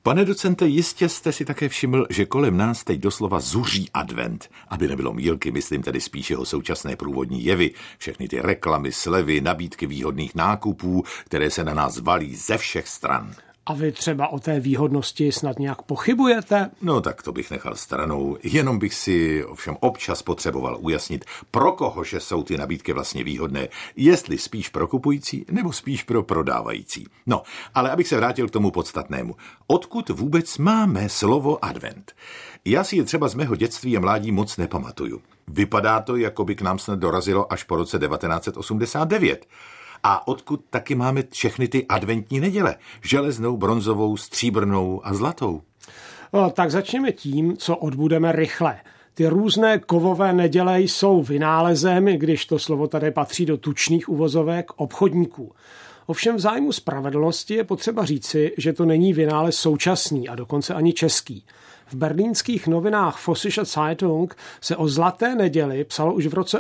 Pane docente, jistě jste si také všiml, že kolem nás teď doslova zuří advent. Aby nebylo mýlky, myslím tedy spíš jeho současné průvodní jevy, všechny ty reklamy, slevy, nabídky výhodných nákupů, které se na nás valí ze všech stran. A vy třeba o té výhodnosti snad nějak pochybujete? No tak to bych nechal stranou, jenom bych si ovšem občas potřeboval ujasnit, pro kohože jsou ty nabídky vlastně výhodné, jestli spíš pro kupující nebo spíš pro prodávající. No, ale abych se vrátil k tomu podstatnému. Odkud vůbec máme slovo advent? Já si je třeba z mého dětství a mládí moc nepamatuju. Vypadá to, jako by k nám snad dorazilo až po roce 1989. A odkud taky máme všechny ty adventní neděle? Železnou, bronzovou, stříbrnou a zlatou. No, tak začněme tím, co odbudeme rychle. Ty různé kovové neděle jsou vynálezem, když to slovo tady patří do tučných uvozovek, obchodníků. Ovšem v zájmu spravedlnosti je potřeba říci, že to není vynález současný a dokonce ani český. V berlínských novinách Vossische Zeitung se o zlaté neděli psalo už v roce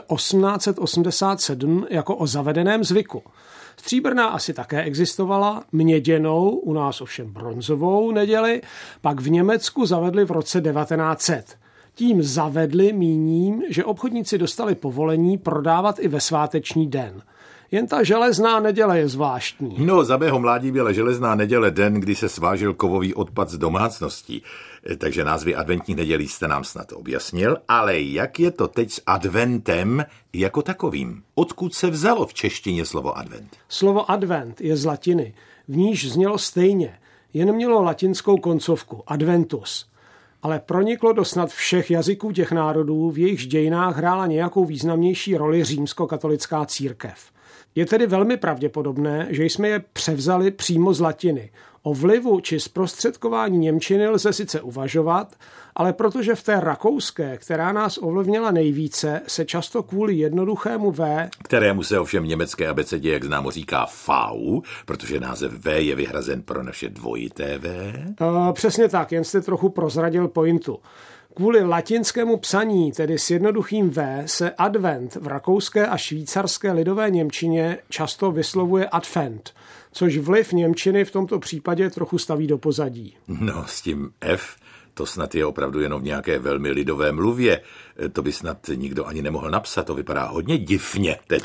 1887 jako o zavedeném zvyku. Stříbrná asi také existovala, měděnou, u nás ovšem bronzovou neděli, pak v Německu zavedli v roce 1900. Tím zavedli míním, že obchodníci dostali povolení prodávat i ve sváteční den. Jen ta železná neděle je zvláštní. No, za mého mládí byla železná neděle den, kdy se svážel kovový odpad z domácností. Takže názvy adventních nedělí jste nám snad objasnil, ale jak je to teď s adventem jako takovým? Odkud se vzalo v češtině slovo advent? Slovo advent je z latiny, v níž znělo stejně, jen mělo latinskou koncovku, adventus. Ale proniklo do snad všech jazyků těch národů, v jejichž dějinách hrála nějakou významnější roli římskokatolická církev. Je tedy velmi pravděpodobné, že jsme je převzali přímo z latiny. O vlivu či zprostředkování němčiny lze sice uvažovat, ale protože v té rakouské, která nás ovlivnila nejvíce, se často kvůli jednoduchému V, kterému se ovšem německé abecedě, jak známo, říká V, protože název V je vyhrazen pro naše dvojité V. Přesně tak, jen jste trochu prozradil pointu. Kvůli latinskému psaní, tedy s jednoduchým V, se advent v rakouské a švýcarské lidové němčině často vyslovuje advent, což vliv němčiny v tomto případě trochu staví do pozadí. No, s tím F, to snad je opravdu jenom v nějaké velmi lidové mluvě. To by snad nikdo ani nemohl napsat, to vypadá hodně divně tedy.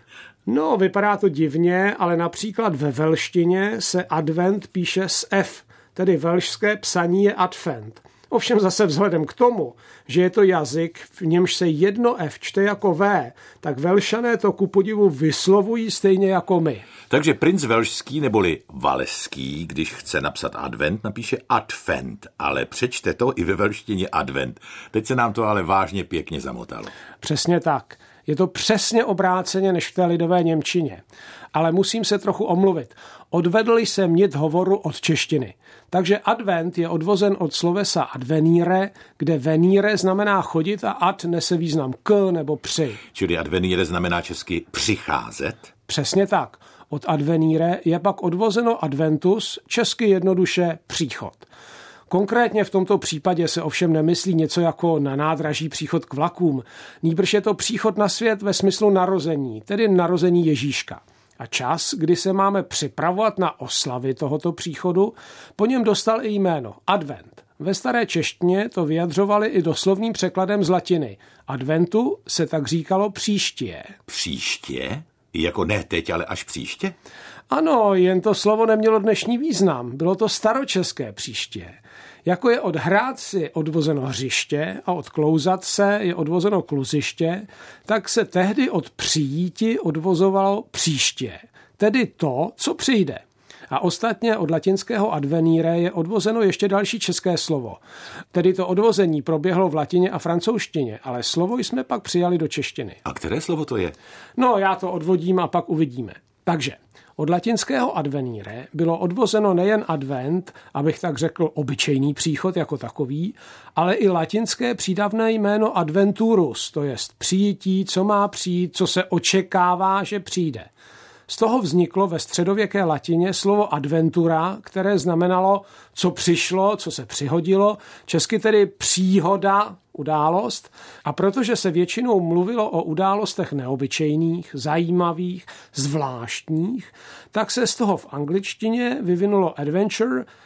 No, vypadá to divně, ale například ve velštině se advent píše s F, tedy velšské psaní je advent. Ovšem zase vzhledem k tomu, že je to jazyk, v němž se jedno F čte jako V, tak Velšané to ku podivu vyslovují stejně jako my. Takže princ velšský neboli valeský, když chce napsat advent, napíše advent, ale přečte to i ve velštině advent. Teď se nám to ale vážně pěkně zamotalo. Přesně tak. Je to přesně obráceně než v té lidové němčině. Ale musím se trochu omluvit. Odvedl jsem nit hovoru od češtiny. Takže advent je odvozen od slovesa advenire, kde venire znamená chodit a ad nese význam k nebo při. Čili advenire znamená česky přicházet? Přesně tak. Od advenire je pak odvozeno adventus, česky jednoduše příchod. Konkrétně v tomto případě se ovšem nemyslí něco jako na nádraží příchod k vlakům. Nýbrž je to příchod na svět ve smyslu narození, tedy narození Ježíška. A čas, kdy se máme připravovat na oslavy tohoto příchodu, po něm dostal i jméno advent. Ve staré češtině to vyjadřovali i doslovným překladem z latiny. Adventu se tak říkalo příště. Příště? Jako ne teď, ale až příště? Ano, jen to slovo nemělo dnešní význam. Bylo to staročeské příště. Jako je od hrát si odvozeno hřiště a od klouzat se je odvozeno kluziště, tak se tehdy od přijíti odvozovalo příště, tedy to, co přijde. A ostatně od latinského advenire je odvozeno ještě další české slovo. Tedy to odvození proběhlo v latině a francouzštině, ale slovo jsme pak přijali do češtiny. A které slovo to je? No, já to odvodím a pak uvidíme. Takže od latinského advenire bylo odvozeno nejen advent, abych tak řekl obyčejný příchod jako takový, ale i latinské přídavné jméno adventurus, to jest přijití, co má přijít, co se očekává, že přijde. Z toho vzniklo ve středověké latině slovo adventura, které znamenalo, co přišlo, co se přihodilo, česky tedy příhoda, událost. A protože se většinou mluvilo o událostech neobyčejných, zajímavých, zvláštních, tak se z toho v angličtině vyvinulo adventure,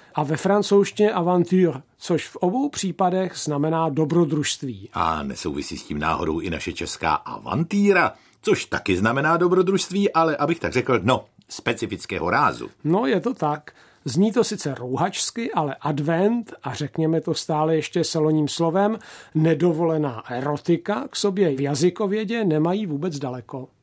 a ve francouzštině aventure, což v obou případech znamená dobrodružství. A nesouvisí s tím náhodou i naše česká avantýra, což taky znamená dobrodružství, ale abych tak řekl, specifického rázu. No, je to tak. Zní to sice rouhačsky, ale advent, a řekněme to stále ještě saloním slovem, nedovolená erotika k sobě v jazykovědě nemají vůbec daleko.